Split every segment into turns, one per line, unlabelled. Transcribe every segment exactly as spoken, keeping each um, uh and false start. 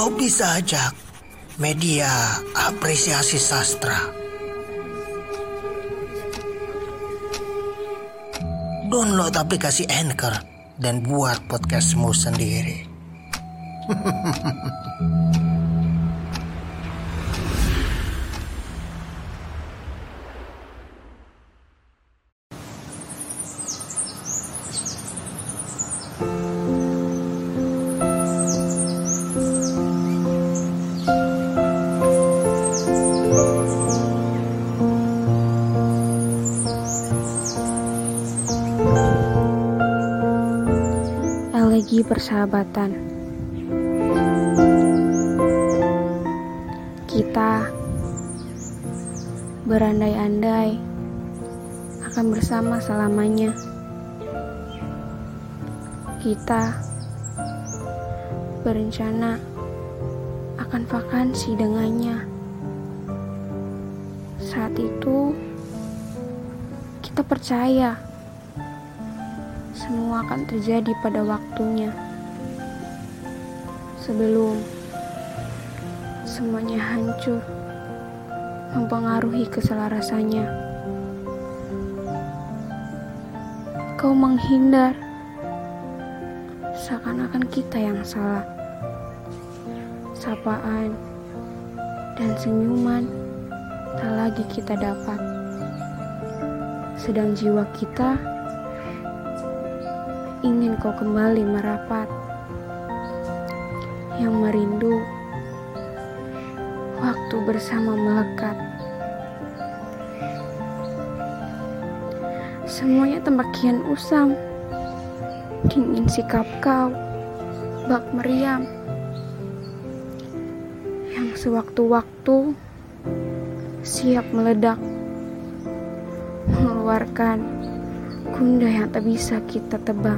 Kopi Sajak, media apresiasi sastra. Download aplikasi Anchor dan buat podcastmu sendiri.
Elegi persahabatan. Kita berandai-andai akan bersama selamanya. Kita berencana akan vakansi dengannya. Saat itu kita percaya semua akan terjadi pada waktunya, sebelum semuanya hancur, mempengaruhi keselarasannya. Kau menghindar, seakan-akan kita yang salah. Sapaan dan senyuman tak lagi kita dapat, sedang jiwa kita ingin kau kembali merapat, yang merindu waktu bersama melekat. Semuanya tampak kian usam, dingin sikap kau, bak meriam, yang sewaktu-waktu siap meledak, mengeluarkan gundah yang tak bisa kita tebak.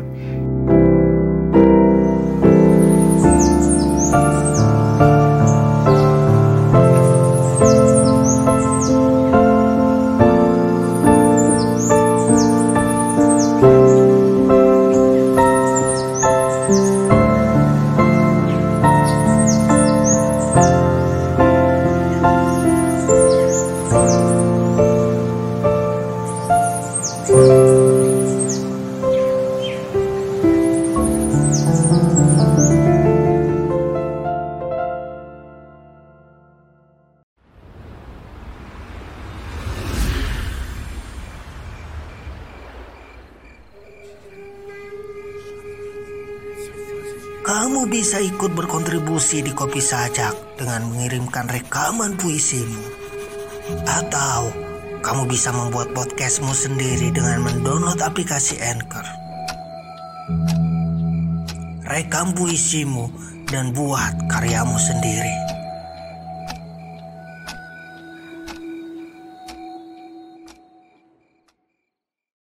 Kamu bisa ikut berkontribusi di Kopi Sajak dengan mengirimkan rekaman puisimu. Atau kamu bisa membuat podcastmu sendiri dengan mendownload aplikasi Anchor. Rekam puisimu dan buat karyamu sendiri.